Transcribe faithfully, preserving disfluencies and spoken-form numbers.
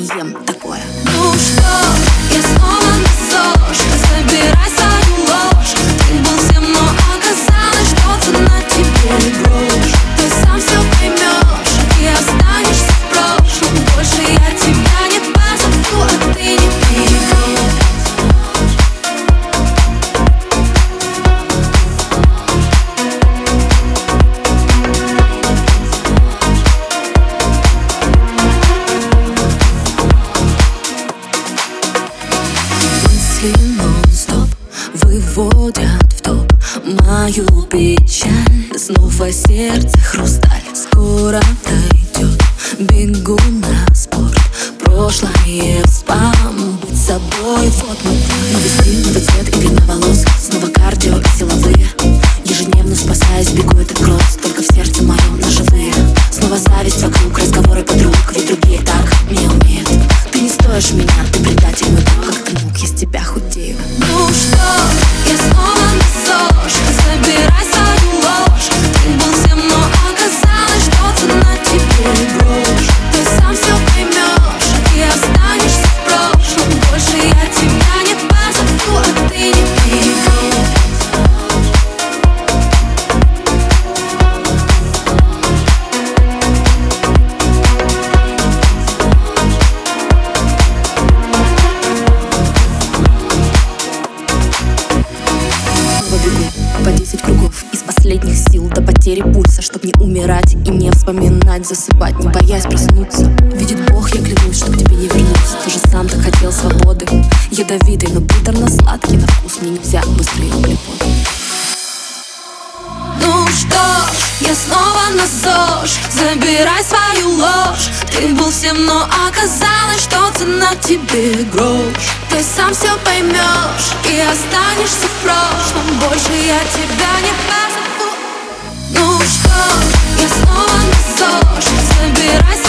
не ем такое. Ну что, я снова на ЗОЖ. Забирай свою ложь. Ты был всем, но оказалось, что цена тебе грош. Ты сам все поймешь и останешься в прошлом. Больше я тебя не позову, а ты не перегружь. Нон-стоп выводят в топ мою печаль. Снова сердце хрусталь. Скоро дойдет, бегу на спорт. Прошлое в спам, быть собой. Вот мой план. Новый стиль, новый цвет и длина волос. Снова кардио и силовые. Ежедневно спасаясь, бегу этот кросс. Только в сердце моем ножевые. Снова зависть вокруг, разговоры подруг. Ведь другие так не умеют. Ты не стоишь меня, ты предатель мой друг. Как ты мог, я с тебя худею. Ну что, я снова на ЗОЖ. Забирай свою ложь. Ты был всем, но оказалось, что цена тебе грош. Ты сам все поймешь и останешься в прошлом. Больше я тебя не позову, а ты не перегружь. По десять кругов из последних сил до потери пульса, чтоб не умирать и не вспоминать, засыпать, не боясь проснуться. Видит Бог, я клянусь, что к тебе не вернусь. Ты же сам так хотел свободы, ядовитый, но приторно-сладкий на вкус. Мне нельзя быстрее углеводы. Ну что, я снова на ЗОЖ. Забирай свою ложь. Ты был всем, но оказалось, что цена тебе грош. Ты сам все поймешь и останешься в прошлом. Больше я тебя не позову. Ну что, я снова на ЗОЖ. Забирай